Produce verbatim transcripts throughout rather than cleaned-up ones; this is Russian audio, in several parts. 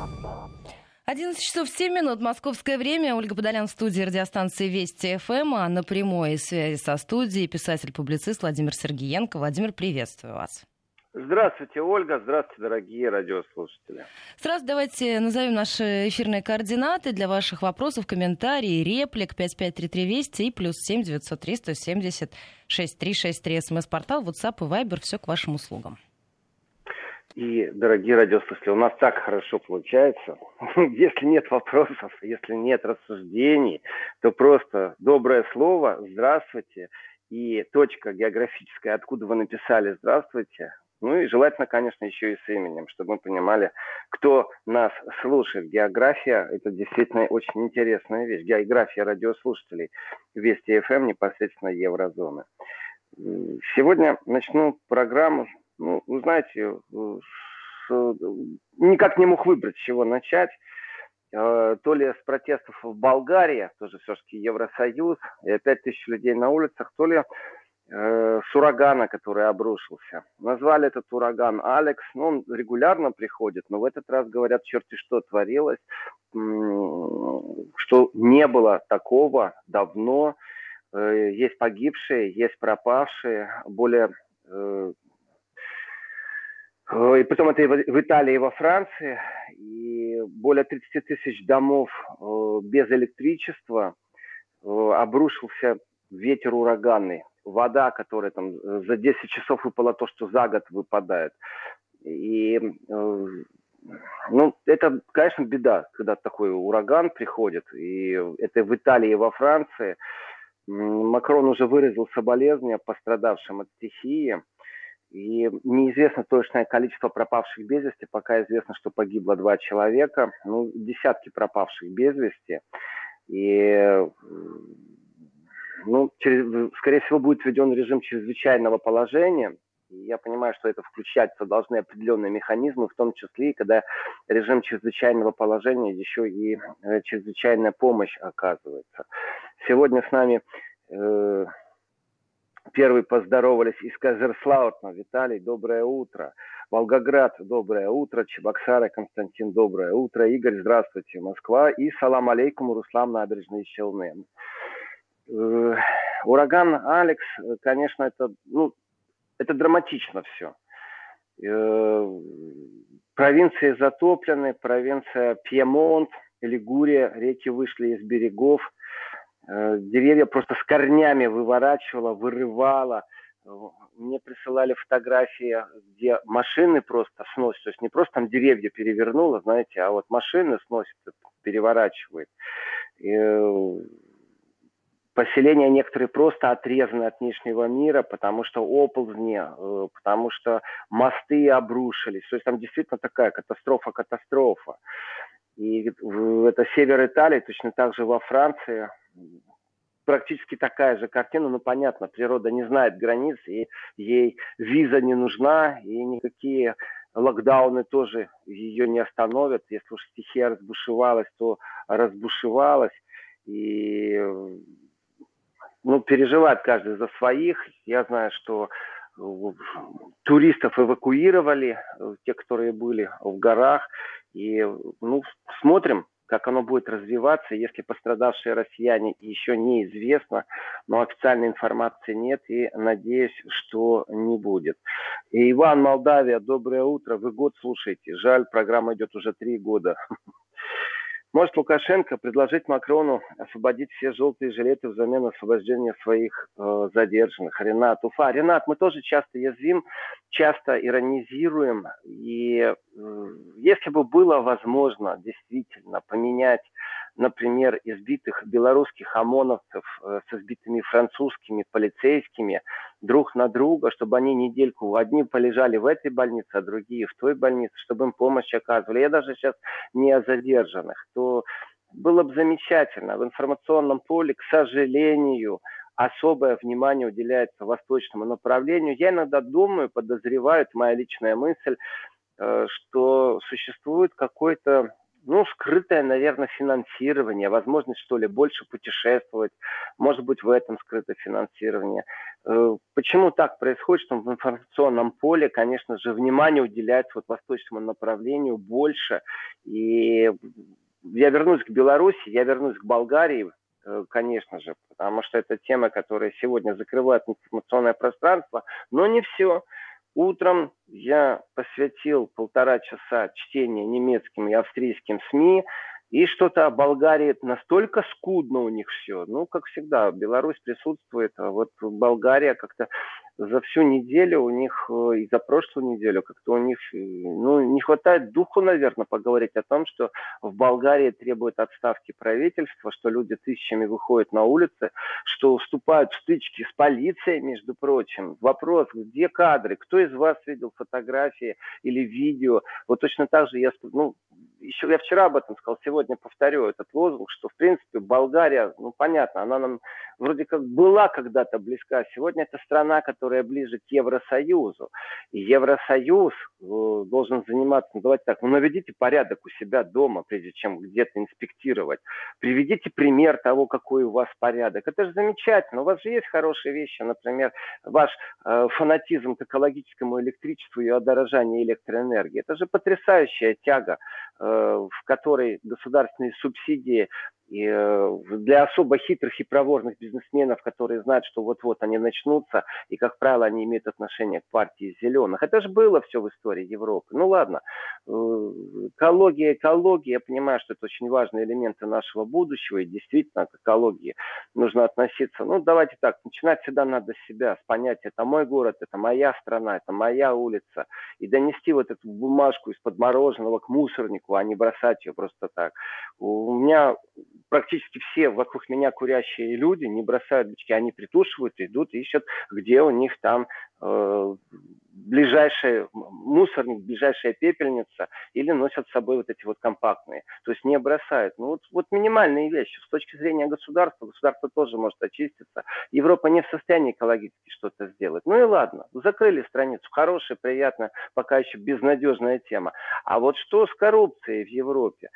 одиннадцать часов семь минут, московское время. Ольга Подолян в студии радиостанции Вести ФМ. А на прямой связи со студией писатель-публицист Владимир Сергиенко. Владимир, приветствую вас. Здравствуйте, Ольга. Здравствуйте, дорогие радиослушатели. Сразу давайте назовем наши эфирные координаты для ваших вопросов, комментариев, реплик. пять пять три три Вести и плюс семь девятьсот три сто семьдесят шесть три шесть три. СМС-портал, WhatsApp и Viber. Все к вашим услугам. И, дорогие радиослушатели, у нас так хорошо получается. Если нет вопросов, если нет рассуждений, то просто доброе слово «здравствуйте» и точка географическая, откуда вы написали «здравствуйте». Ну и желательно, конечно, еще и с именем, чтобы мы понимали, кто нас слушает. География – это действительно очень интересная вещь. География радиослушателей Вести ФМ непосредственно еврозоны. Сегодня начну программу. Ну, вы знаете, с, никак не мог выбрать, с чего начать. Э, то ли с протестов в Болгарии, тоже все-таки Евросоюз, и опять тысячи людей на улицах, то ли э, с урагана, который обрушился. Назвали этот ураган Алекс, ну, он регулярно приходит, но в этот раз, говорят, черти что творилось, м- что не было такого давно. Э, есть погибшие, есть пропавшие, более... Э, И потом это и в Италии, и во Франции. И более тридцать тысяч домов без электричества. Обрушился ветер ураганный. Вода, которая там за десять часов выпала то, что за год выпадает. И, ну, это, конечно, беда, когда такой ураган приходит. И это в Италии, и во Франции. Макрон уже выразил соболезнования пострадавшим от стихии. И неизвестно точное количество пропавших без вести. Пока известно, что погибло два человека. Ну, десятки пропавших без вести. И, ну, через, скорее всего, будет введен режим чрезвычайного положения. И я понимаю, что это включаться должны определенные механизмы, в том числе, когда режим чрезвычайного положения еще и э, чрезвычайная помощь оказывается. Сегодня с нами... Э, Первый поздоровались из Казерслаутна. Виталий, доброе утро. Волгоград, доброе утро. Чебоксары, Константин, доброе утро. Игорь, здравствуйте. Москва. И салам алейкум, Руслан, Набережные Челны. Э, ураган Алекс, конечно, это, ну, это драматично все. Э, провинции затоплены, провинция Пьемонт, Лигурия, реки вышли из берегов. Деревья просто с корнями выворачивало, вырывало. Мне присылали фотографии, где машины просто сносят. То есть не просто там деревья перевернуло, знаете, а вот машины сносят, переворачивают. И поселения некоторые просто отрезаны от внешнего мира, потому что оползни, потому что мосты обрушились. То есть там действительно такая катастрофа-катастрофа. И это север Италии, точно так же во Франции. Практически такая же картина, но понятно, природа не знает границ, и ей виза не нужна, и никакие локдауны тоже ее не остановят. Если уж стихия разбушевалась, то разбушевалась. И, ну, переживает каждый за своих. Я знаю, что туристов эвакуировали, те, которые были в горах. И, ну, смотрим, как оно будет развиваться. Если пострадавшие россияне еще неизвестно, но официальной информации нет, и надеюсь, что не будет. И Иван, Молдавия, доброе утро. Вы год слушаете. Жаль, программа идет уже три года. Может Лукашенко предложить Макрону освободить все желтые жилеты взамен освобождения своих э, задержанных? Ренат, Уфа. Ренат, мы тоже часто язвим, часто иронизируем. И э, если бы было возможно действительно поменять, например, избитых белорусских ОМОНовцев э, с избитыми французскими полицейскими друг на друга, чтобы они недельку, одни полежали в этой больнице, а другие в той больнице, чтобы им помощь оказывали. Я даже сейчас не о задержанных. То было бы замечательно. В информационном поле, к сожалению, особое внимание уделяется восточному направлению. Я иногда думаю, подозреваю, это моя личная мысль, что существует какой-то ну, скрытое, наверное, финансирование, возможность, что ли, больше путешествовать. Может быть, в этом скрыто финансирование. Э, Почему так происходит, что в информационном поле, конечно же, внимание уделяется вот восточному направлению больше. И я вернусь к Беларуси, я вернусь к Болгарии, э, конечно же, потому что это тема, которая сегодня закрывает информационное пространство, но не все. Утром я посвятил полтора часа чтению немецким и австрийским СМИ, и что-то о Болгарии настолько скудно у них все. Ну, как всегда, Беларусь присутствует, а вот Болгария как-то за всю неделю у них, э, и за прошлую неделю, как-то у них, э, ну, не хватает духу, наверное, поговорить о том, что в Болгарии требуют отставки правительства, что люди тысячами выходят на улицы, что вступают в стычки с полицией, между прочим. Вопрос, где кадры, кто из вас видел фотографии или видео? Вот точно так же я, ну, еще я вчера об этом сказал, сегодня повторю этот лозунг, что, в принципе, Болгария, ну, понятно, она нам вроде как была когда-то близка. Сегодня это страна, которая ближе к Евросоюзу. И Евросоюз э, должен заниматься, ну, давайте так, ну, наведите порядок у себя дома, прежде чем где-то инспектировать. Приведите пример того, какой у вас порядок. Это же замечательно. У вас же есть хорошие вещи, например, ваш э, фанатизм к экологическому электричеству и одорожанию электроэнергии. Это же потрясающая тяга, э, в которой государственные субсидии и для особо хитрых и проворных бизнесменов, которые знают, что вот-вот они начнутся, и, как правило, они имеют отношение к партии зеленых. Это же было все в истории Европы. Ну ладно, экология, экология, я понимаю, что это очень важные элементы нашего будущего, и действительно к экологии нужно относиться. Ну, давайте так, начинать всегда надо с себя, с понятия, это мой город, это моя страна, это моя улица, и донести вот эту бумажку из-под мороженого к мусорнику, а не бросать ее просто так. У меня практически все вокруг меня курящие люди не бросают бычки, они притушивают, идут, ищут, где у них там э, ближайший мусорник, ближайшая пепельница, или носят с собой вот эти вот компактные. То есть не бросают. Ну вот, вот минимальные вещи. С точки зрения государства, государство тоже может очиститься. Европа не в состоянии экологически что-то сделать. Ну и ладно, закрыли страницу. Хорошая, приятная, пока еще безнадежная тема. А вот что с коррупцией в Европе?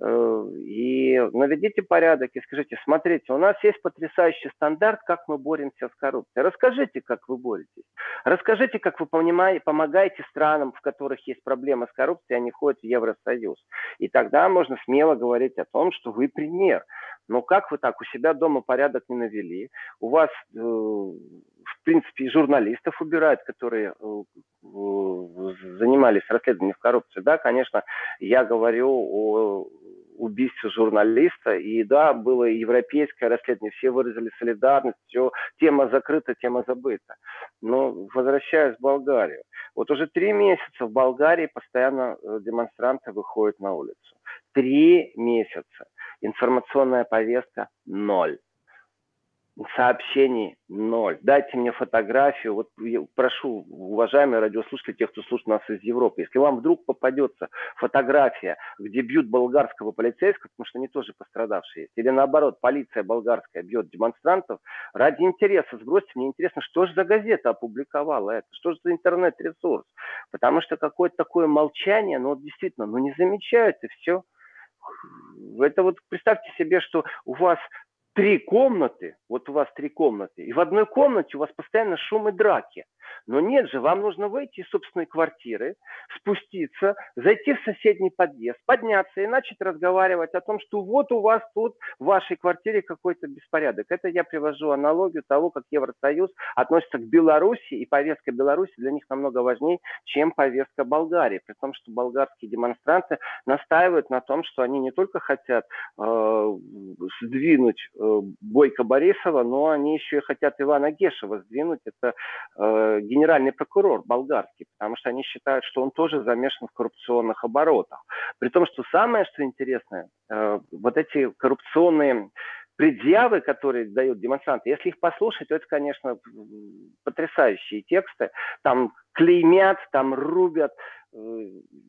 И наведите порядок и скажите, смотрите, у нас есть потрясающий стандарт, как мы боремся с коррупцией. Расскажите, как вы боретесь. Расскажите, как вы помогаете странам, в которых есть проблемы с коррупцией, они входят в Евросоюз. И тогда можно смело говорить о том, что вы пример. Но как вы так у себя дома порядок не навели? У вас, э, в принципе, и журналистов убирают, которые э, занимались расследованием в коррупции. Да, конечно, я говорю о убийстве журналиста, и да, было европейское расследование, все выразили солидарность, все, тема закрыта, тема забыта. Но возвращаясь в Болгарию, вот уже три месяца в Болгарии постоянно демонстранты выходят на улицу. Три месяца. Информационная повестка – ноль. Сообщений ноль. Дайте мне фотографию. Вот я прошу, уважаемые радиослушатели, тех, кто слушает нас из Европы, если вам вдруг попадется фотография, где бьют болгарского полицейского, потому что они тоже пострадавшие есть, или наоборот, полиция болгарская бьет демонстрантов, ради интереса сбросьте. Мне интересно, что же за газета опубликовала это, что же за интернет-ресурс. Потому что какое-то такое молчание, ну вот действительно, ну не замечают и все. Это вот представьте себе, что у вас три комнаты, вот у вас три комнаты, и в одной комнате у вас постоянно шум и драки. Но нет же, вам нужно выйти из собственной квартиры, спуститься, зайти в соседний подъезд, подняться и начать разговаривать о том, что вот у вас тут в вашей квартире какой-то беспорядок. Это я привожу аналогию того, как Евросоюз относится к Беларуси, и повестка Беларуси для них намного важнее, чем повестка Болгарии. При том, что болгарские демонстранты настаивают на том, что они не только хотят э, сдвинуть э, Бойко Борисова, но они еще и хотят Ивана Гешева сдвинуть. Это э, генеральный прокурор болгарский, потому что они считают, что он тоже замешан в коррупционных оборотах. При том, что самое, что интересное, э, вот эти коррупционные предъявы, которые дают демонстранты, если их послушать, то это, конечно, потрясающие тексты. Там клеймят, там рубят, э,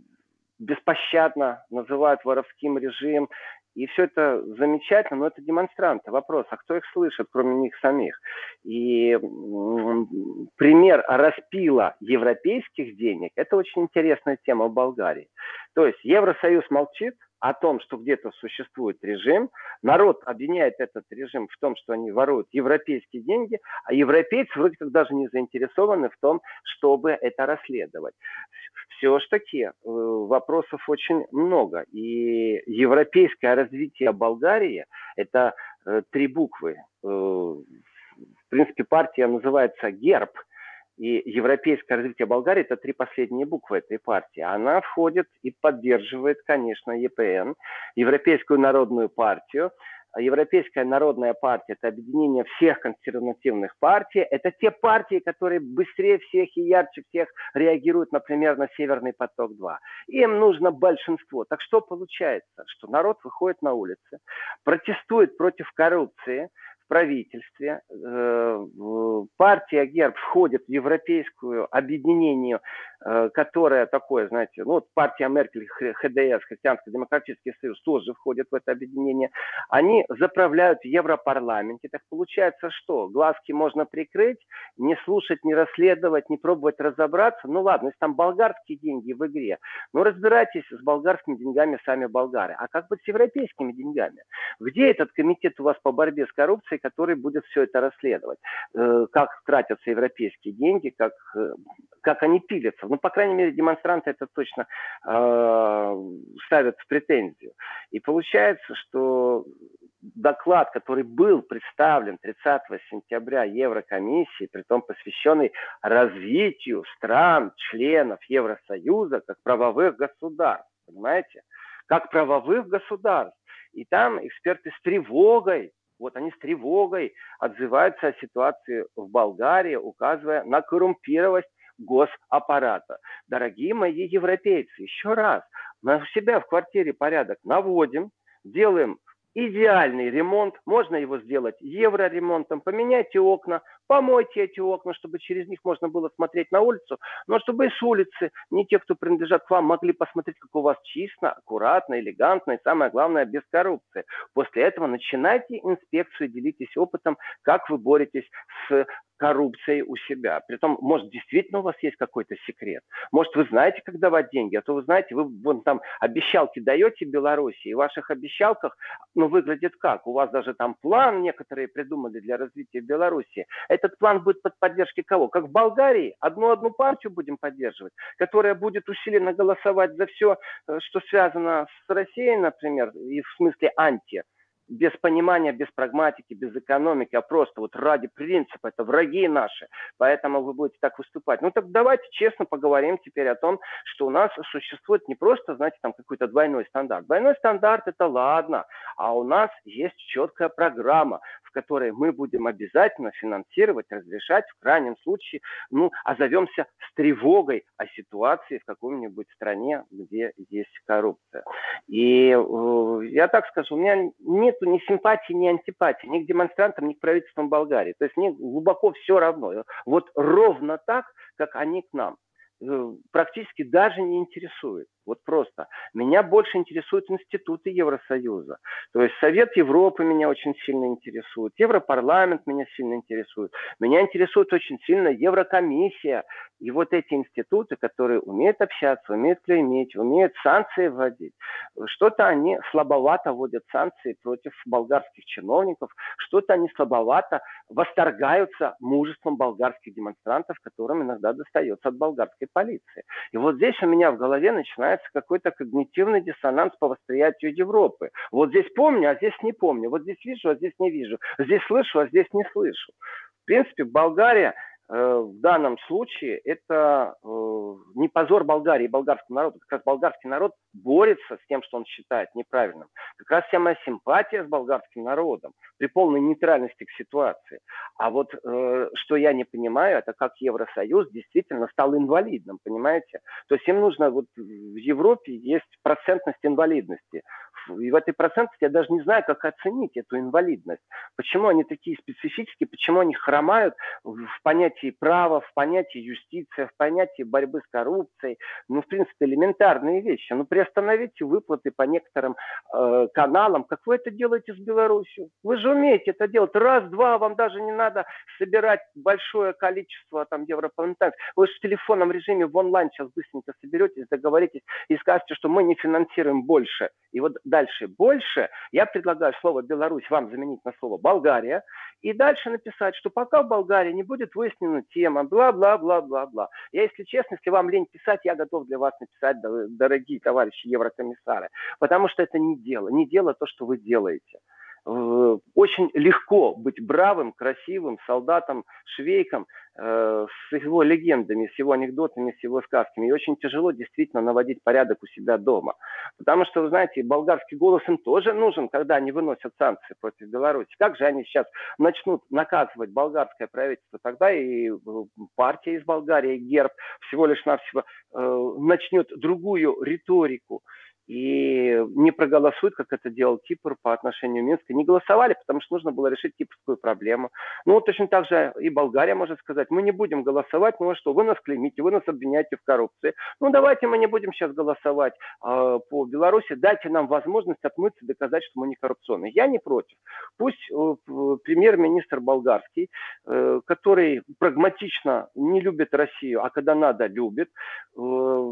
беспощадно называют воровским режим. И все это замечательно, но это демонстранты. Вопрос, а кто их слышит, кроме них самих? И м- пример распила европейских денег – это очень интересная тема в Болгарии. То есть Евросоюз молчит о том, что где-то существует режим, народ обвиняет этот режим в том, что они воруют европейские деньги, а европейцы вроде как даже не заинтересованы в том, чтобы это расследовать. Все-таки э, вопросов очень много. И европейское развитие Болгарии – это э, три буквы. Э, в принципе, партия называется ГЕРБ. И европейское развитие Болгарии – это три последние буквы этой партии. Она входит и поддерживает, конечно, ЕПН, Европейскую народную партию. Европейская народная партия – это объединение всех консервативных партий. Это те партии, которые быстрее всех и ярче всех реагируют, например, на Северный поток-два. Им нужно большинство. Так что получается? Что народ выходит на улицы, протестует против коррупции в правительстве. Партия ГЕРБ входит в европейскую объединение, которое такое, знаете, ну вот партия Меркель, ХДС, Христианско-демократический союз, тоже входит в это объединение. Они заправляют в Европарламенте. Так получается, что глазки можно прикрыть, не слушать, не расследовать, не пробовать разобраться. Ну ладно, если там болгарские деньги в игре, ну разбирайтесь с болгарскими деньгами сами болгары. А как быть с европейскими деньгами? Где этот комитет у вас по борьбе с коррупцией, который будет все это расследовать? Как тратятся европейские деньги, как, как они пилятся? Ну, по крайней мере, демонстранты это точно э, ставят в претензию. И получается, что доклад, который был представлен тридцатого сентября Еврокомиссии, притом посвященный развитию стран, членов Евросоюза, как правовых государств, понимаете? Как правовых государств. И там эксперты с тревогой, вот они с тревогой отзываются о ситуации в Болгарии, указывая на коррумпированность госаппарата. Дорогие мои европейцы, еще раз, мы у себя в квартире порядок наводим, делаем идеальный ремонт, можно его сделать евроремонтом, поменяйте окна, помойте эти окна, чтобы через них можно было смотреть на улицу, но чтобы и с улицы не те, кто принадлежат к вам, могли посмотреть, как у вас чисто, аккуратно, элегантно и, самое главное, без коррупции. После этого начинайте инспекцию, делитесь опытом, как вы боретесь с коррупцией у себя. Притом, может, действительно у вас есть какой-то секрет. Может, вы знаете, как давать деньги, а то вы знаете, вы вон там обещалки даете Беларуси, и в ваших обещалках, ну, выглядит как? У вас даже там план некоторые придумали для развития Беларуси. Этот план будет под поддержкой кого? Как в Болгарии? Одну-одну партию будем поддерживать, которая будет усиленно голосовать за все, что связано с Россией, например, и в смысле анти. Без понимания, без прагматики, без экономики, а просто вот ради принципа, это враги наши, поэтому вы будете так выступать. Ну так давайте честно поговорим теперь о том, что у нас существует не просто, знаете, там какой-то двойной стандарт. Двойной стандарт это ладно, а у нас есть четкая программа, в которой мы будем обязательно финансировать, разрешать, в крайнем случае, ну, озовемся с тревогой о ситуации в какой-нибудь стране, где есть коррупция. И э, я так скажу, у меня нет ни симпатии, ни антипатии ни к демонстрантам, ни к правительствам Болгарии. То есть мне глубоко все равно. Вот ровно так, как они к нам. Практически даже не интересует. Вот просто. Меня больше интересуют институты Евросоюза. То есть Совет Европы меня очень сильно интересует. Европарламент меня сильно интересует. Меня интересует очень сильно Еврокомиссия. И вот эти институты, которые умеют общаться, умеют клеймить, умеют санкции вводить. Что-то они слабовато вводят санкции против болгарских чиновников. Что-то они слабовато восторгаются мужеством болгарских демонстрантов, которым иногда достается от болгарской полиции. И вот здесь у меня в голове начинается какой-то когнитивный диссонанс по восприятию Европы. Вот здесь помню, а здесь не помню. Вот здесь вижу, а здесь не вижу. Здесь слышу, а здесь не слышу. В принципе, Болгария э, в данном случае это э, не позор Болгарии и болгарского народа. Как раз болгарский народ борется с тем, что он считает неправильным. Как раз вся моя симпатия с болгарским народом при полной нейтральности к ситуации. А вот э, что я не понимаю, это как Евросоюз действительно стал инвалидным, понимаете? То есть им нужно, вот в Европе есть процентность инвалидности и в этой процентности я даже не знаю, как оценить эту инвалидность. Почему они такие специфические, почему они хромают в понятии права, в понятии юстиции, в понятии борьбы с коррупцией. Ну, в принципе, элементарные вещи. Ну, приостановите выплаты по некоторым э, каналам, как вы это делаете с Беларусью. Вы же умеете это делать. Раз-два, вам даже не надо собирать большое количество там европарламентариев. Вы же в телефонном режиме в онлайн сейчас быстренько соберетесь, договоритесь и скажете, что мы не финансируем больше. И вот дальше больше я предлагаю слово «Беларусь» вам заменить на слово «Болгария» и дальше написать, что пока в Болгарии не будет выяснена тема, бла-бла-бла-бла-бла. Я, если честно, если вам лень писать, я готов для вас написать, дорогие товарищи еврокомиссары, потому что это не дело, не дело то, что вы делаете. Очень легко быть бравым, красивым солдатом, швейком, э, с его легендами, с его анекдотами, с его сказками. И очень тяжело действительно наводить порядок у себя дома. Потому что, вы знаете, болгарский голос им тоже нужен, когда они выносят санкции против Беларуси. Как же они сейчас начнут наказывать болгарское правительство? Тогда и партия из Болгарии, ГЕРБ, всего лишь навсего э, начнет другую риторику. И не проголосуют, как это делал Кипр по отношению к Минску. Не голосовали, потому что нужно было решить кипрскую проблему. Ну, вот точно так же и Болгария может сказать, мы не будем голосовать, ну а что, вы нас клеймите, вы нас обвиняете в коррупции. Ну, давайте мы не будем сейчас голосовать э, по Беларуси, дайте нам возможность отмыться, доказать, что мы не коррупционные. Я не против. Пусть э, премьер-министр болгарский, э, который прагматично не любит Россию, а когда надо, любит, э,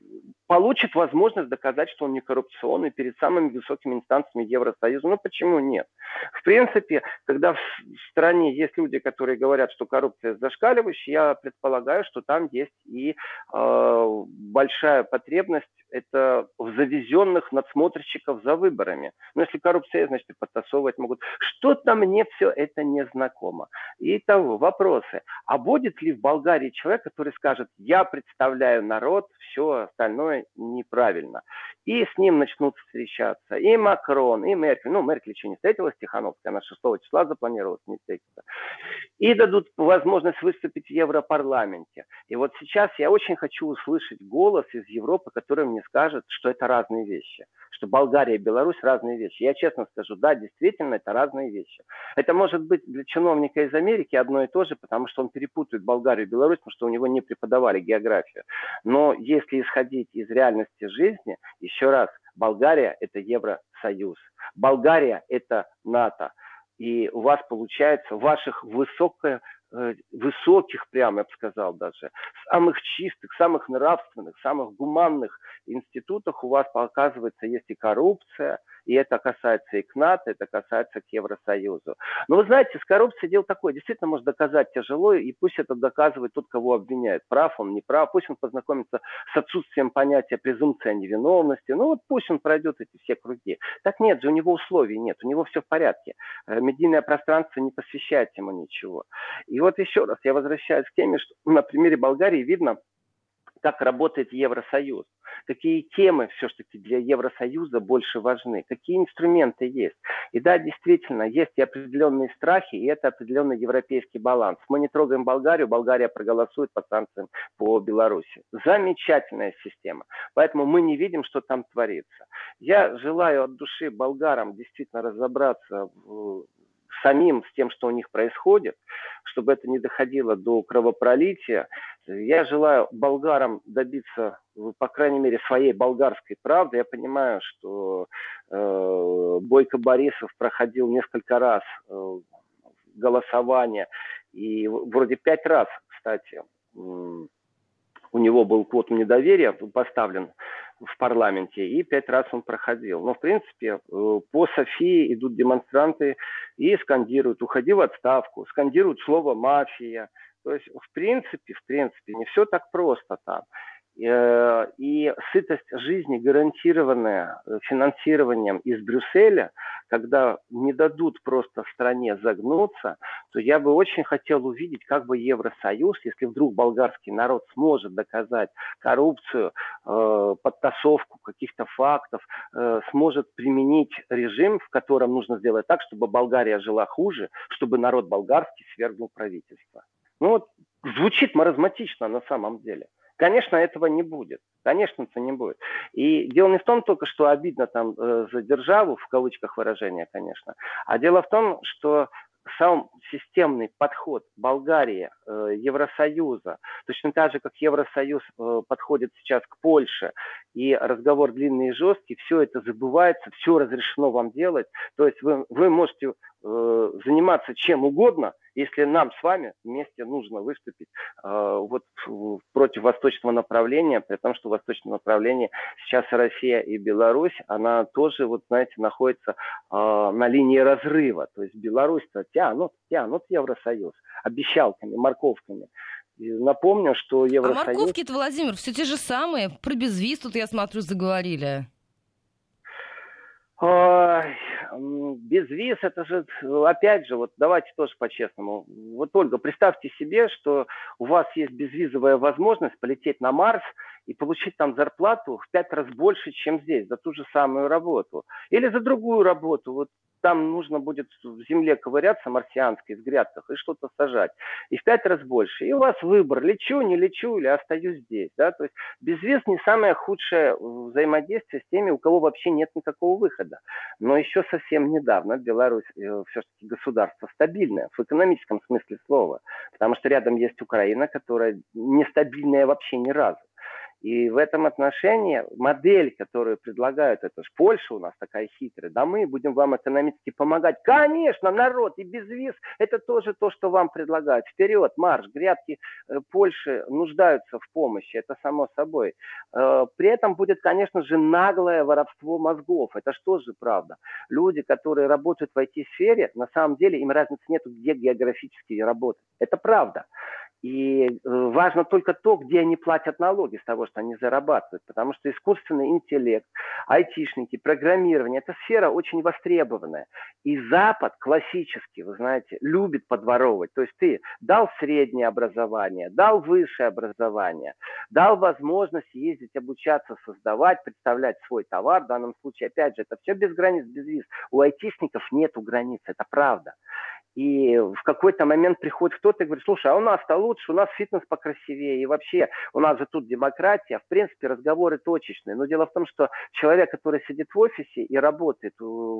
получит возможность доказать, что он не коррупционный перед самыми высокими инстанциями Евросоюза. Ну, почему нет? В принципе, когда в стране есть люди, которые говорят, что коррупция зашкаливающая, я предполагаю, что там есть и э, большая потребность это в завезенных надсмотрщиков за выборами. Но если коррупция, значит, и подтасовывать могут. Что-то мне все это не знакомо. Итого, вопросы. А будет ли в Болгарии человек, который скажет, я представляю народ, все остальное неправильно. И с ним начнут встречаться и Макрон, и Меркель. Ну, Меркель еще не встретилась, Тихановская, она шестого числа запланировалась не встретиться. И дадут возможность выступить в Европарламенте. И вот сейчас я очень хочу услышать голос из Европы, который мне скажет, что это разные вещи. Что Болгария и Беларусь разные вещи. Я честно скажу, да, действительно, это разные вещи. Это может быть для чиновника из Америки одно и то же, потому что он перепутает Болгарию и Беларусь, потому что у него не преподавали географию. Но если исходить из реальности жизни, еще раз, Болгария – это Евросоюз. Болгария – это НАТО. И у вас получается, в ваших высоких, высоких, прямо я бы сказал даже, самых чистых, самых нравственных, самых гуманных институтах у вас, оказывается, есть и коррупция, и это касается и к НАТО, это касается к Евросоюзу. Но вы знаете, с коррупцией дело такое, действительно может доказать тяжело, и пусть это доказывает тот, кого обвиняют. Прав он, не прав, пусть он познакомится с отсутствием понятия презумпция невиновности, ну вот пусть он пройдет эти все круги. Так нет же, у него условий нет, у него все в порядке. Медийное пространство не посвящает ему ничего. И вот еще раз я возвращаюсь к теме, что на примере Болгарии видно, как работает Евросоюз, какие темы все-таки для Евросоюза больше важны, какие инструменты есть. И да, действительно, есть и определенные страхи, и это определенный европейский баланс. Мы не трогаем Болгарию, Болгария проголосует по санкциям по Беларуси. Замечательная система. Поэтому мы не видим, что там творится. Я желаю от души болгарам действительно разобраться в самим с тем, что у них происходит, чтобы это не доходило до кровопролития. Я желаю болгарам добиться, по крайней мере, своей болгарской правды. Я понимаю, что э, Бойко Борисов проходил несколько раз э, голосование, и вроде пять раз, кстати, э, у него был квотум недоверия поставлен в парламенте, и пять раз он проходил. Но, в принципе, по Софии идут демонстранты и скандируют «уходи в отставку», скандируют слово «мафия». То есть, в принципе, в принципе, не все так просто там. И сытость жизни, гарантированная финансированием из Брюсселя, когда не дадут просто стране загнуться, то я бы очень хотел увидеть, как бы Евросоюз, если вдруг болгарский народ сможет доказать коррупцию, э, подтасовку каких-то фактов, э, сможет применить режим, в котором нужно сделать так, чтобы Болгария жила хуже, чтобы народ болгарский свергнул правительство. Ну вот, звучит маразматично на самом деле. Конечно, этого не будет. Конечно, это не будет. И дело не в том только, что обидно там э, за державу, в кавычках выражение, конечно, а дело в том, что сам системный подход Болгарии, э, Евросоюза, точно так же, как Евросоюз э, подходит сейчас к Польше, и разговор длинный и жесткий, все это забывается, все разрешено вам делать. То есть вы, вы можете э, заниматься чем угодно, если нам с вами вместе нужно выступить э, вот против восточного направления, при том, что восточное направление сейчас Россия и Беларусь, она тоже, вот знаете, находится э, на линии разрыва. То есть Беларусь-то тянут, тянут Евросоюз обещалками, морковками. И напомню, что Евросоюз... А морковки-то, Владимир, все те же самые. Про безвиз тут, я смотрю, заговорили. Ой, безвиз, это же, опять же, вот давайте тоже по-честному. Вот, Ольга, представьте себе, что у вас есть безвизовая возможность полететь на Марс и получить там зарплату в пять раз больше, чем здесь, за ту же самую работу. Или за другую работу. Вот там нужно будет в земле ковыряться марсианской, в грядках, и что-то сажать. И в пять раз больше. И у вас выбор, лечу, не лечу или остаюсь здесь. Да? То есть безвиз не самое худшее взаимодействие с теми, у кого вообще нет никакого выхода. Но еще совсем недавно Беларусь э, все-таки государство стабильное, в экономическом смысле слова. Потому что рядом есть Украина, которая нестабильная вообще ни разу. И в этом отношении модель, которую предлагают, это же Польша у нас такая хитрая, да мы будем вам экономически помогать. Конечно, народ, и безвиз, это тоже то, что вам предлагают. Вперед, марш, грядки э, Польши нуждаются в помощи, это само собой. Э, при этом будет, конечно же, наглое воровство мозгов, это же тоже правда. Люди, которые работают в ай ти-сфере, на самом деле им разницы нет, где географически работать. Это правда. И э, важно только то, где они платят налоги с того, что они зарабатывают. Потому что искусственный интеллект, айтишники, программирование – это сфера очень востребованная. И Запад классически, вы знаете, любит подворовывать. То есть ты дал среднее образование, дал высшее образование, дал возможность ездить, обучаться, создавать, представлять свой товар. В данном случае, опять же, это все без границ, без виз. У айтишников нету границ, это правда. И в какой-то момент приходит кто-то и говорит, слушай, а у нас-то лучше, у нас фитнес покрасивее, и вообще у нас же тут демократия, в принципе, разговоры точечные. Но дело в том, что человек, который сидит в офисе и работает,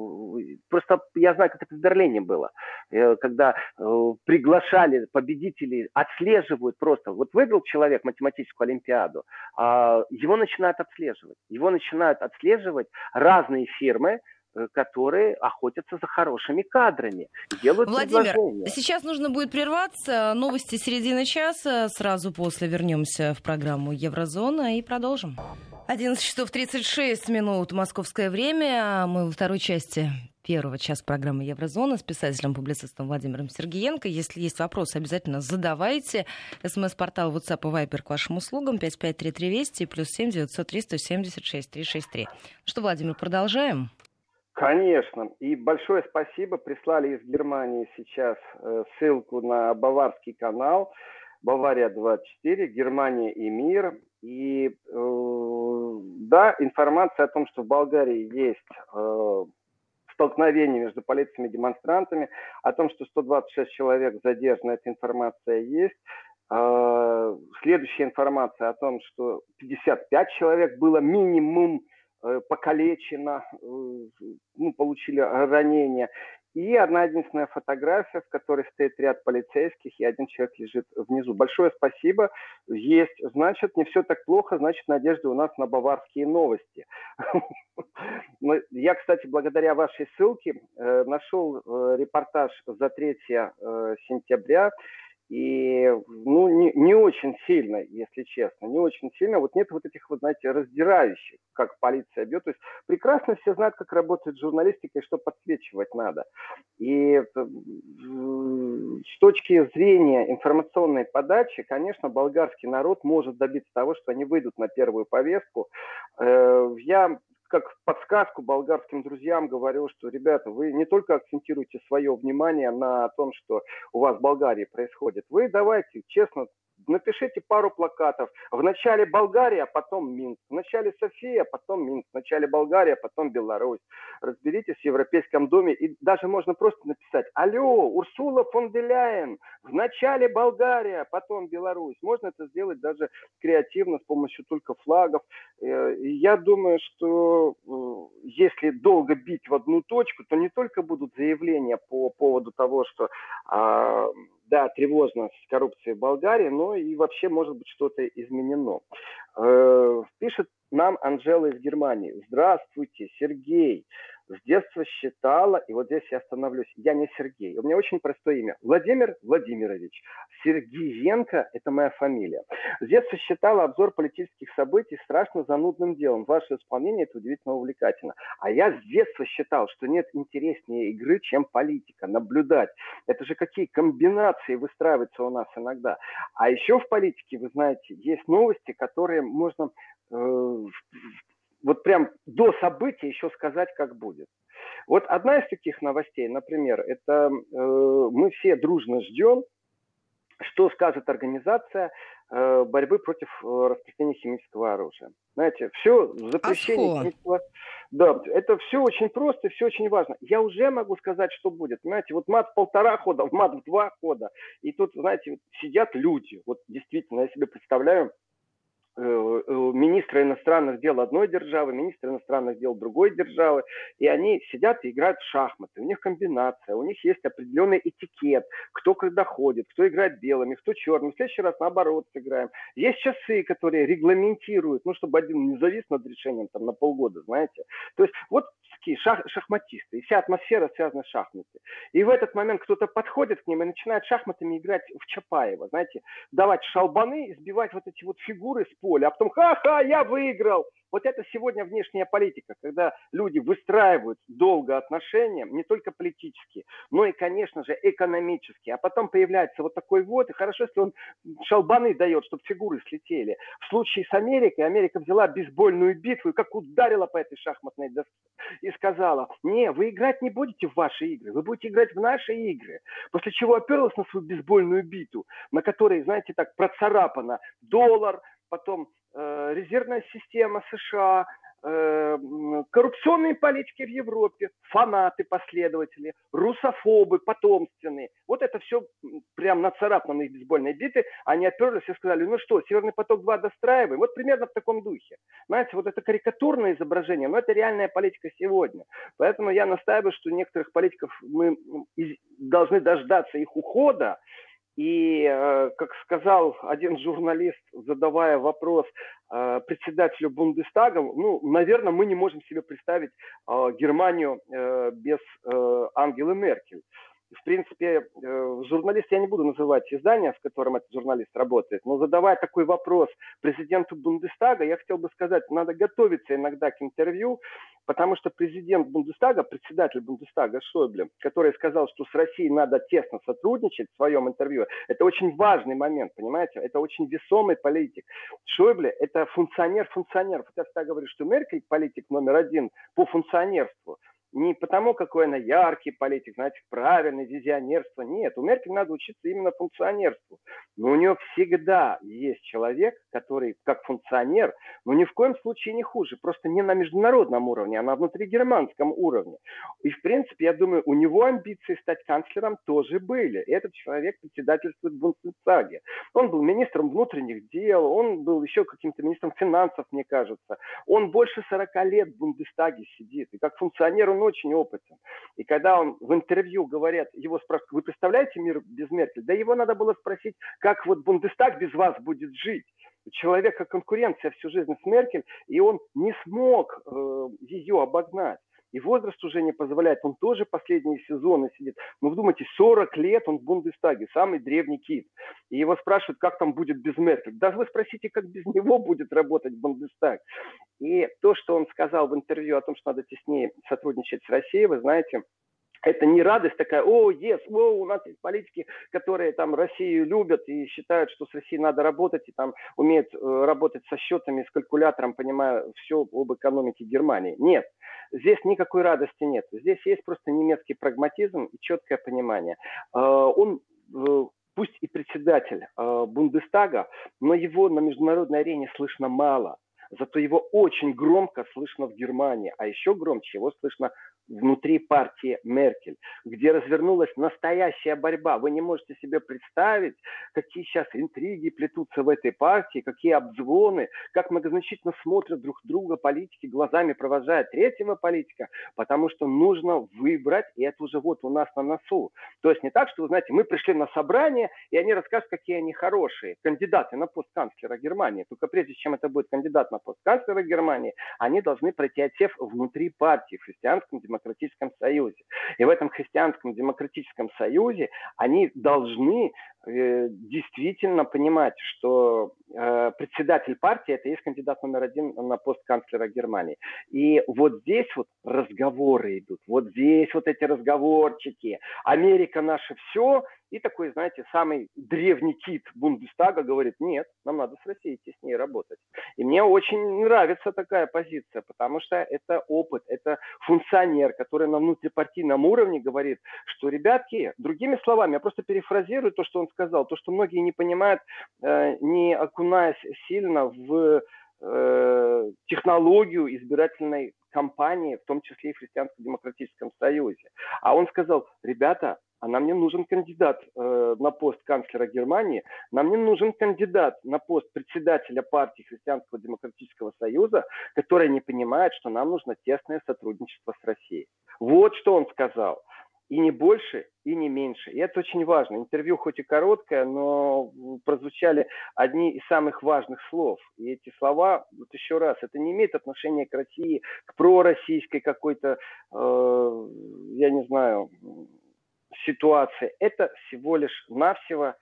просто я знаю, как это в Берлине было, когда приглашали победителей, отслеживают просто, вот выиграл человек математическую олимпиаду, его начинают отслеживать, его начинают отслеживать разные фирмы, которые охотятся за хорошими кадрами. Делают Владимир, сейчас нужно будет прерваться. Новости середины часа. Сразу после вернемся в программу «Еврозона» и продолжим. одиннадцать часов тридцать шесть минут московское время. Мы во второй части первого часа программы «Еврозона» с писателем-публицистом Владимиром Сергеенко. Если есть вопросы, обязательно задавайте. СМС-портал WhatsApp и Viber к вашим услугам пять пять три три Вести и плюс семь девятьсот три сто семьдесят шесть триста шестьдесят три. Что, Владимир, продолжаем? Конечно. И большое спасибо. Прислали из Германии сейчас э, ссылку на баварский канал Бавария двадцать четыре, Германия и мир. И э, да, информация о том, что в Болгарии есть э, столкновение между полицией и демонстрантами, о том, что сто двадцать шесть человек задержано, эта информация есть. Э, следующая информация о том, что пятьдесят пять человек было минимум покалечено, ну, получили ранения. И одна единственная фотография, в которой стоит ряд полицейских, и один человек лежит внизу. Большое спасибо. Есть. Значит, не все так плохо, значит, надежда у нас на баварские новости. Я, кстати, благодаря вашей ссылке нашел репортаж за третье сентября. И, ну, не, не очень сильно, если честно, не очень сильно. Вот нет вот этих, вот, знаете, раздирающих, как полиция бьет. То есть прекрасно все знают, как работает журналистика и что подсвечивать надо. И это, с точки зрения информационной подачи, конечно, болгарский народ может добиться того, что они выйдут на первую повестку. Я как подсказку болгарским друзьям говорю, что, ребята, вы не только акцентируете свое внимание на том, что у вас в Болгарии происходит, вы давайте честно напишите пару плакатов. Вначале Болгария, потом Минск. Вначале София, потом Минск. Вначале Болгария, потом Беларусь. Разберитесь в Европейском доме. И даже можно просто написать: алло, Урсула фон дер Ляйен, вначале Болгария, потом Беларусь. Можно это сделать даже креативно, с помощью только флагов. Я думаю, что если долго бить в одну точку, то не только будут заявления по поводу того, что да, тревожно с коррупцией в Болгарии, но и вообще может быть что-то изменено. Пишет нам Анжела из Германии: здравствуйте, Сергей. С детства считала, и вот здесь я остановлюсь, я не Сергей, у меня очень простое имя, Владимир Владимирович. Сергеенко – это моя фамилия. С детства считала обзор политических событий страшно занудным делом. Ваше исполнение – это удивительно увлекательно. А я с детства считал, что нет интереснее игры, чем политика, наблюдать. Это же какие комбинации выстраиваются у нас иногда. А еще в политике, вы знаете, есть новости, которые можно... Э, вот прям до события еще сказать, как будет. Вот одна из таких новостей, например, это э, мы все дружно ждем, что скажет организация э, борьбы против э, распространения химического оружия. Знаете, все, запрещение химического... Да, это все очень просто, все очень важно. Я уже могу сказать, что будет. Понимаете, вот мат в полтора хода, мат в два хода. И тут, знаете, сидят люди. Вот действительно, я себе представляю, министры иностранных дел одной державы, министры иностранных дел другой державы, и они сидят и играют в шахматы. У них комбинация, у них есть определенный этикет, кто когда ходит, кто играет белыми, кто черными. В следующий раз наоборот сыграем. Есть часы, которые регламентируют, ну, чтобы один не завис над решением там на полгода, знаете. То есть вот такие шах, шахматисты, и вся атмосфера связана с шахматами. И в этот момент кто-то подходит к ним и начинает шахматами играть в Чапаева, знаете, давать шалбаны и сбивать вот эти вот фигуры с поля, а потом ха-ха, я выиграл. Вот это сегодня внешняя политика, когда люди выстраивают долго отношения, не только политические, но и, конечно же, экономические. А потом появляется вот такой вот, и хорошо, если он шалбаны дает, чтобы фигуры слетели. В случае с Америкой, Америка взяла бейсбольную битву и как ударила по этой шахматной доске и сказала: не, вы играть не будете в ваши игры, вы будете играть в наши игры. После чего оперлась на свою бейсбольную биту, на которой, знаете, так процарапано доллар, потом э, резервная система США, э, коррупционные политики в Европе, фанаты, последователи, русофобы, потомственные. Вот это все прям нацарапано на их бейсбольной биты. Они оперлись и сказали: ну что, Северный поток-два достраиваем? Вот примерно в таком духе. Знаете, вот это карикатурное изображение, но это реальная политика сегодня. Поэтому я настаиваю, что некоторых политиков мы должны дождаться их ухода. И, как сказал один журналист, задавая вопрос председателю Бундестага, ну, наверное, мы не можем себе представить Германию без Ангелы Меркель. В принципе, журналист, я не буду называть издание, в котором этот журналист работает, но задавая такой вопрос президенту Бундестага, я хотел бы сказать, надо готовиться иногда к интервью, потому что президент Бундестага, председатель Бундестага Шойбле, который сказал, что с Россией надо тесно сотрудничать в своем интервью, это очень важный момент, понимаете, это очень весомый политик. Шойбле – это функционер функционеров. Я всегда говорю, что Меркель политик номер один по функционерству. Не потому, какой она яркий политик, знаете, правильный, визионерство. Нет, у Меркель надо учиться именно функционерству. Но у нее всегда есть человек, который как функционер, но ни в коем случае не хуже. Просто не на международном уровне, а на внутригерманском уровне. И, в принципе, я думаю, у него амбиции стать канцлером тоже были. И этот человек председательствует в Бундестаге. Он был министром внутренних дел, он был еще каким-то министром финансов, мне кажется. Он больше сорока лет в Бундестаге сидит. И как функционер он очень опытен. И когда он в интервью говорят, его спрашивают: вы представляете мир без Меркель? Да его надо было спросить, как вот Бундестаг без вас будет жить. У человека конкуренция всю жизнь с Меркель, и он не смог э, ее обогнать. И возраст уже не позволяет, он тоже последние сезоны сидит. Ну, вдумайте, сорок лет он в Бундестаге, самый древний кит. И его спрашивают, как там будет без Меркель. Даже вы спросите, как без него будет работать Бундестаг. И то, что он сказал в интервью о том, что надо теснее сотрудничать с Россией, вы знаете, это не радость такая: о, yes, о, у нас есть политики, которые там Россию любят и считают, что с Россией надо работать, и там умеют э, работать со счетами, с калькулятором, понимая все об экономике Германии. Нет, здесь никакой радости нет. Здесь есть просто немецкий прагматизм и четкое понимание. Э, он э, пусть и председатель э, Бундестага, но его на международной арене слышно мало. Зато его очень громко слышно в Германии, а еще громче его слышно внутри партии Меркель, где развернулась настоящая борьба. Вы не можете себе представить, какие сейчас интриги плетутся в этой партии, какие обзвоны, как многозначительно смотрят друг друга политики, глазами провожая третьего политика, потому что нужно выбрать, и это уже вот у нас на носу. То есть не так, что, вы знаете, мы пришли на собрание, и они расскажут, какие они хорошие, кандидаты на пост канцлера Германии. Только прежде чем это будет кандидат на пост канцлера Германии, они должны пройти отсев внутри партии, в Христианском демократическом союзе. И в этом Христианском демократическом союзе они должны э, действительно понимать, что э, председатель партии – это есть кандидат номер один на пост канцлера Германии. И вот здесь вот разговоры идут, вот здесь вот эти разговорчики. Америка наше все. И такой, знаете, самый древний кит Бундестага говорит, нет, нам надо с Россией теснее работать. И мне очень нравится такая позиция, потому что это опыт, это функционер, который на внутрипартийном уровне говорит, что, ребятки, другими словами, я просто перефразирую то, что он сказал, то, что многие не понимают, э, не окунаясь сильно в э, технологию избирательной кампании, в том числе и в Христианском демократическом союзе. А он сказал, ребята, а нам не нужен кандидат э, на пост канцлера Германии, нам не нужен кандидат на пост председателя партии Христианского демократического союза, который не понимает, что нам нужно тесное сотрудничество с Россией. Вот что он сказал. И не больше, и не меньше. И это очень важно. Интервью хоть и короткое, но прозвучали одни из самых важных слов. И эти слова, вот еще раз, это не имеет отношения к России, к пророссийской какой-то, э, я не знаю, ситуации. Это всего лишь навсего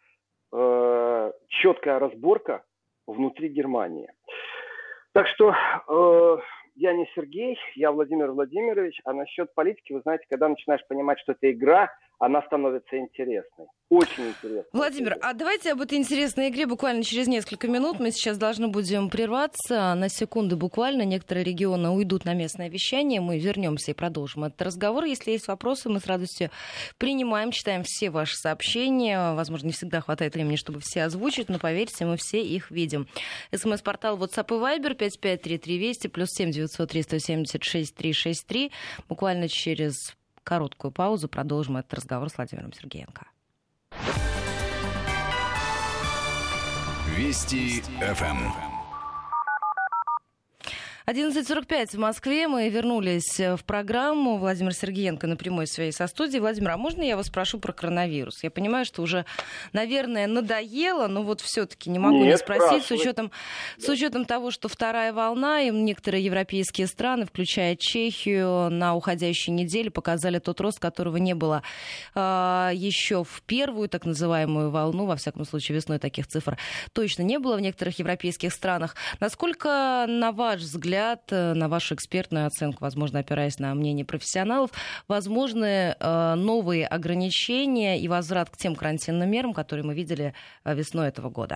э, четкая разборка внутри Германии. Так что э, я не Сергей, я Владимир Владимирович, а насчет политики, вы знаете, когда начинаешь понимать, что это игра, она становится интересной. Очень интересной. Владимир, а давайте об этой интересной игре буквально через несколько минут. Мы сейчас должны будем прерваться на секунды буквально. Некоторые регионы уйдут на местное вещание. Мы вернемся и продолжим этот разговор. Если есть вопросы, мы с радостью принимаем, читаем все ваши сообщения. Возможно, не всегда хватает времени, чтобы все озвучить, но поверьте, мы все их видим. СМС-портал WhatsApp и Viber пять пять три три Вести плюс семь девятьсот три сто семьдесят шесть триста шестьдесят три. Буквально через короткую паузу продолжим этот разговор с Владимиром Сергеенко. Вести эф эм. одиннадцать сорок пять в Москве. Мы вернулись в программу. Владимир Сергеенко на прямой связи со студией. Владимир, а можно я вас спрошу про коронавирус? Я понимаю, что уже, наверное, надоело, но вот все-таки не могу Нет, не спросить, с учетом, да. с учетом того, что вторая волна, и некоторые европейские страны, включая Чехию, на уходящей неделе показали тот рост, которого не было э, еще в первую так называемую волну. Во всяком случае, весной таких цифр точно не было в некоторых европейских странах. Насколько, на ваш взгляд, на вашу экспертную оценку, возможно, опираясь на мнение профессионалов, возможны э, новые ограничения и возврат к тем карантинным мерам, которые мы видели э, весной этого года?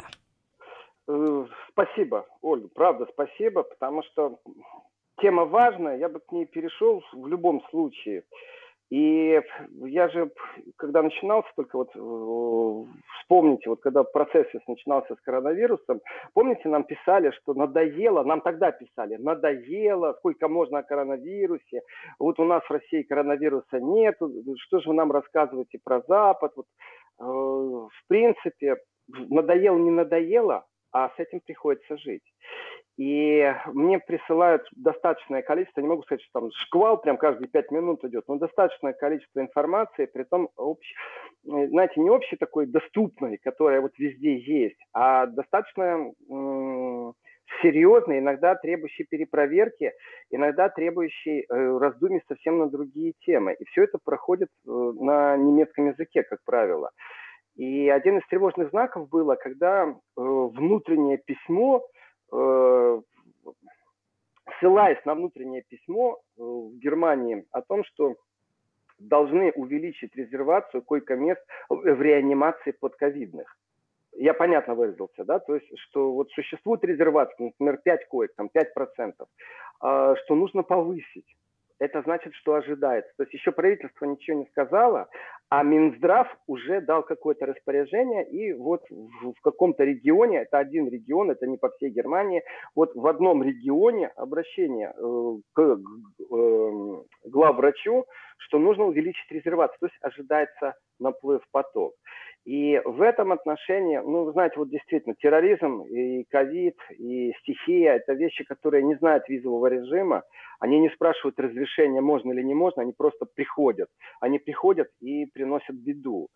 Спасибо, Ольга, правда спасибо, потому что тема важная, я бы к ней перешел в любом случае. И я же, когда начинался, только вот э, вспомните, вот когда процесс начинался с коронавирусом, помните, нам писали, что надоело, нам тогда писали, надоело, сколько можно о коронавирусе, вот у нас в России коронавируса нет, что же вы нам рассказываете про Запад, вот, э, в принципе, надоело, не надоело, а с этим приходится жить. И мне присылают достаточное количество, не могу сказать, что там шквал прям каждые пять минут идет, но достаточное количество информации, при том, общ... знаете, не общей такой доступной, которая вот везде есть, а достаточно м- серьезной, иногда требующей перепроверки, иногда требующей э, раздумий совсем на другие темы. И все это проходит э, на немецком языке, как правило. И один из тревожных знаков было, когда э, внутреннее письмо, э, ссылаясь на внутреннее письмо э, в Германии о том, что должны увеличить резервацию койко-мест в реанимации подковидных. Я понятно выразился, да, то есть, что вот существует резервация, например, пять коек, там пять процентов, э, что нужно повысить. это значит, что ожидается. То есть еще правительство ничего не сказало, а Минздрав уже дал какое-то распоряжение, и вот в, в каком-то регионе, это один регион, это не по всей Германии, вот в одном регионе обращение э, к э, главврачу, что нужно увеличить резервацию, то есть ожидается наплыв поток. И в этом отношении, ну, вы знаете, вот действительно, терроризм и ковид, и стихия – это вещи, которые не знают визового режима, они не спрашивают разрешения, можно или не можно, они просто приходят. Они приходят и приносят беду.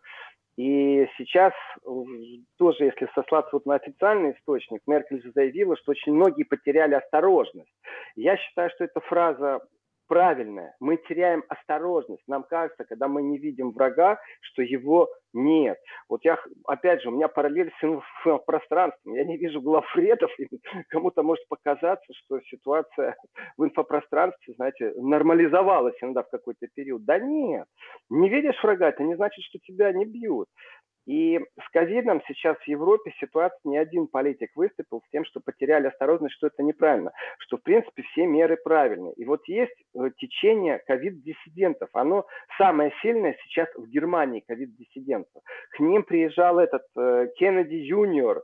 И сейчас тоже, если сослаться вот на официальный источник, Меркель же заявила, что очень многие потеряли осторожность. Я считаю, что эта фраза правильная. Мы теряем осторожность. Нам кажется, когда мы не видим врага, что его нет. Вот я, опять же, у меня параллель с инфопространством. Я не вижу главредов, и кому-то может показаться, что ситуация в инфопространстве, знаете, нормализовалась иногда в какой-то период. Да нет. Не видишь врага, это не значит, что тебя не бьют. И с ковидом сейчас в Европе ситуация, ни один политик выступил с тем, что потеряли осторожность, что это неправильно, что в принципе все меры правильные. И вот есть течение ковид-диссидентов, оно самое сильное сейчас в Германии, ковид-диссидентов. К ним приезжал этот э, Кеннеди Юниор,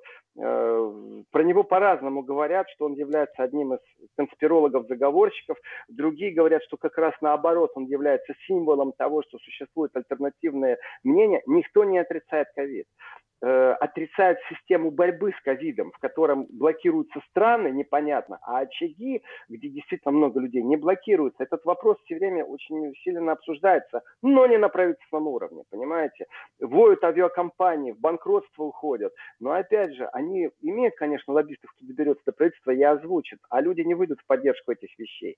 про него по-разному говорят, что он является одним из конспирологов-заговорщиков. Другие говорят, что как раз наоборот, он является символом того, что существует альтернативное мнение. Никто не отрицает ковид. Отрицают систему борьбы с ковидом, в котором блокируются страны, непонятно, а очаги, где действительно много людей, не блокируются. Этот вопрос все время очень сильно обсуждается, но не на правительственном уровне, понимаете. Воют авиакомпании, в банкротство уходят. Но опять же, они имеют, конечно, лоббистов, кто доберется до правительства и озвучит, а люди не выйдут в поддержку этих вещей.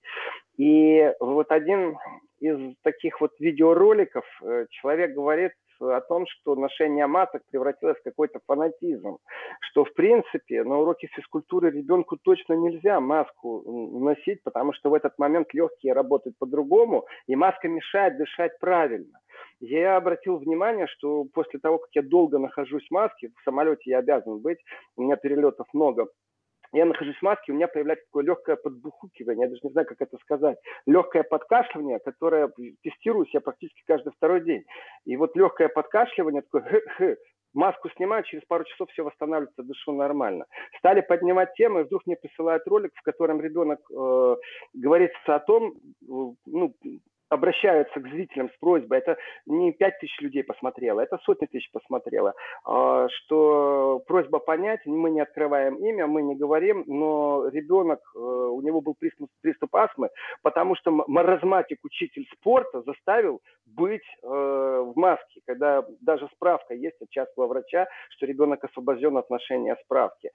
И вот один из таких вот видеороликов, человек говорит о том, что ношение масок превратилось в какой-то фанатизм, что в принципе на уроке физкультуры ребенку точно нельзя маску носить, потому что в этот момент легкие работают по-другому, и маска мешает дышать правильно. Я обратил внимание, что после того, как я долго нахожусь в маске, в самолете я обязан быть, у меня перелетов много, я нахожусь в маске, у меня появляется такое легкое подбухукивание, я даже не знаю, как это сказать, легкое подкашливание, которое тестируюсь я практически каждый второй день. И вот легкое подкашливание, такое хы-хы, маску снимаю, через пару часов все восстанавливается, дышу нормально. Стали поднимать темы, и вдруг мне присылают ролик, в котором ребенок э, говорится о том, э, ну, обращаются к зрителям с просьбой, это не пять тысяч людей посмотрело, это сотни тысяч посмотрело, что просьба понять, мы не открываем имя, мы не говорим, но ребенок, у него был приступ, приступ астмы, потому что маразматик, учитель спорта, заставил быть в маске, когда даже справка есть от частного врача, что ребенок освобожден от ношения справки.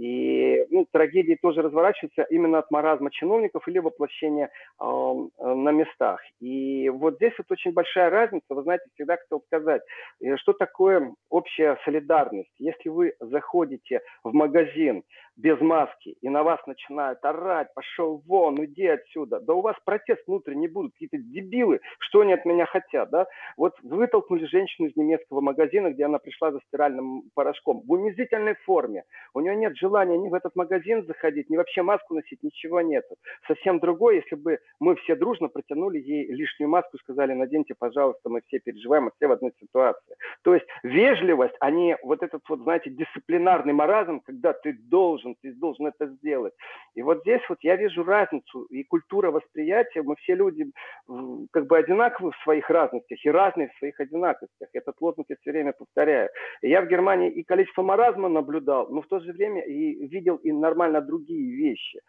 И ну, трагедии тоже разворачиваются именно от маразма чиновников или воплощения э, на местах. И вот здесь вот очень большая разница, вы знаете, всегда хотел сказать, что такое общая солидарность. Если вы заходите в магазин без маски, и на вас начинают орать, пошел вон, иди отсюда, да у вас протест внутренний будут, какие-то дебилы, что они от меня хотят, да? Вот вытолкнули женщину из немецкого магазина, где она пришла за стиральным порошком, в унизительной форме, у нее нет желания ни в этот магазин заходить, ни вообще маску носить, ничего нету. Совсем другое, если бы мы все дружно протянули ей лишнюю маску и сказали, наденьте, пожалуйста, мы все переживаем, мы все в одной ситуации. То есть вежливость, а не вот этот вот, знаете, дисциплинарный маразм, когда ты должен, ты должен это сделать. И вот здесь вот я вижу разницу, и культура восприятия, мы все люди как бы одинаковы в своих разностях и разные в своих одинаковостях. Этот лозунг я все время повторяю. И я в Германии и количество маразма наблюдал, но в то же время и видел и нормально другие вещи.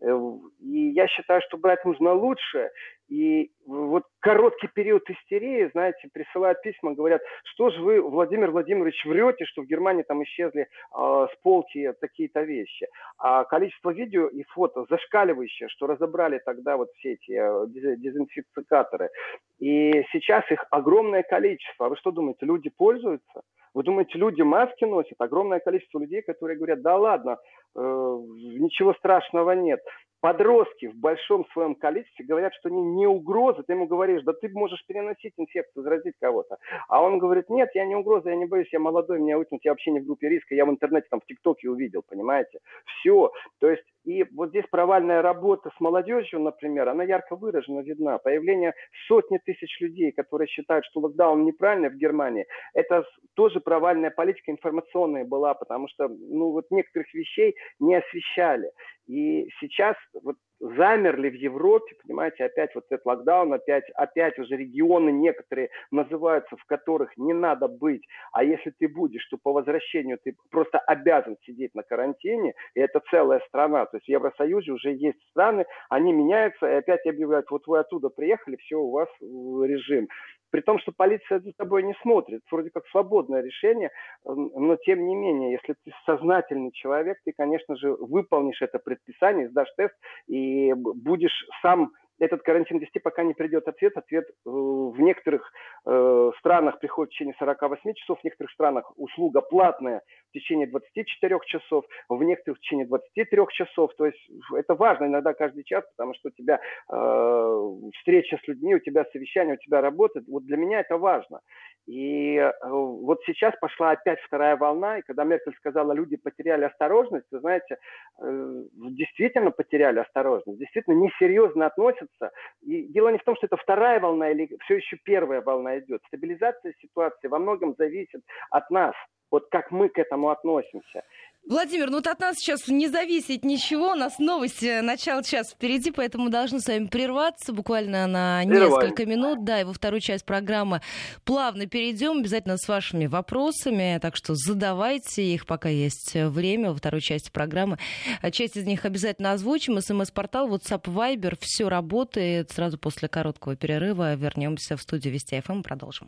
И я считаю, что брать нужно лучше. И вот короткий период истерии, знаете, присылают письма, говорят, что же вы, Владимир Владимирович, врете, что в Германии там исчезли э, с полки такие-то вещи. А количество видео и фото зашкаливающее, что разобрали тогда вот все эти э, дезинфикаторы. И сейчас их огромное количество. А вы что думаете, люди пользуются? Вы думаете, люди маски носят? Огромное количество людей, которые говорят, да ладно, э, ничего страшного нет. Подростки в большом своем количестве говорят, что они не угроза. Ты ему говоришь, да ты можешь переносить инфекцию, заразить кого-то. А он говорит, нет, я не угроза, я не боюсь, я молодой, меня вытянут, я вообще не в группе риска, я в интернете, там, в ТикТоке увидел, понимаете? Все. То есть И вот здесь провальная работа с молодежью, например, она ярко выражена, видна. Появление сотни тысяч людей, которые считают, что локдаун неправильный в Германии, это тоже провальная политика информационная была, потому что ну, вот некоторых вещей не освещали. И сейчас вот замерли в Европе, понимаете, опять вот этот локдаун, опять, опять уже регионы некоторые называются, в которых не надо быть, а если ты будешь, то по возвращению ты просто обязан сидеть на карантине, и это целая страна, то есть в Евросоюзе уже есть страны, они меняются, и опять объявляют, вот вы оттуда приехали, все, у вас режим. При том, что полиция за тобой не смотрит, вроде как свободное решение, но тем не менее, если ты сознательный человек, ты, конечно же, выполнишь это предписание, сдашь тест и будешь сам этот карантин вести, пока не придет ответ. Ответ э, в некоторых э, странах приходит в течение сорока восьми часов, в некоторых странах услуга платная в течение двадцати четырёх часов, в некоторых в течение двадцати трёх часов. То есть это важно иногда каждый час, потому что у тебя э, встреча с людьми, у тебя совещание, у тебя работа. Вот для меня это важно. И э, вот сейчас пошла опять вторая волна, и когда Меркель сказала, люди потеряли осторожность, вы знаете, э, действительно потеряли осторожность, действительно несерьезно относятся. И дело не в том, что это вторая волна или все еще первая волна идет. Стабилизация ситуации во многом зависит от нас, вот как мы к этому относимся. Владимир, ну вот от нас сейчас не зависит ничего, у нас новости, начало часа впереди, поэтому должны с вами прерваться буквально на несколько минут, да, и во вторую часть программы плавно перейдем, обязательно с вашими вопросами, так что задавайте их, пока есть время, во второй части программы. Часть из них обязательно озвучим, СМС-портал, WhatsApp, Viber, все работает, сразу после короткого перерыва вернемся в студию Вести эф эм, продолжим.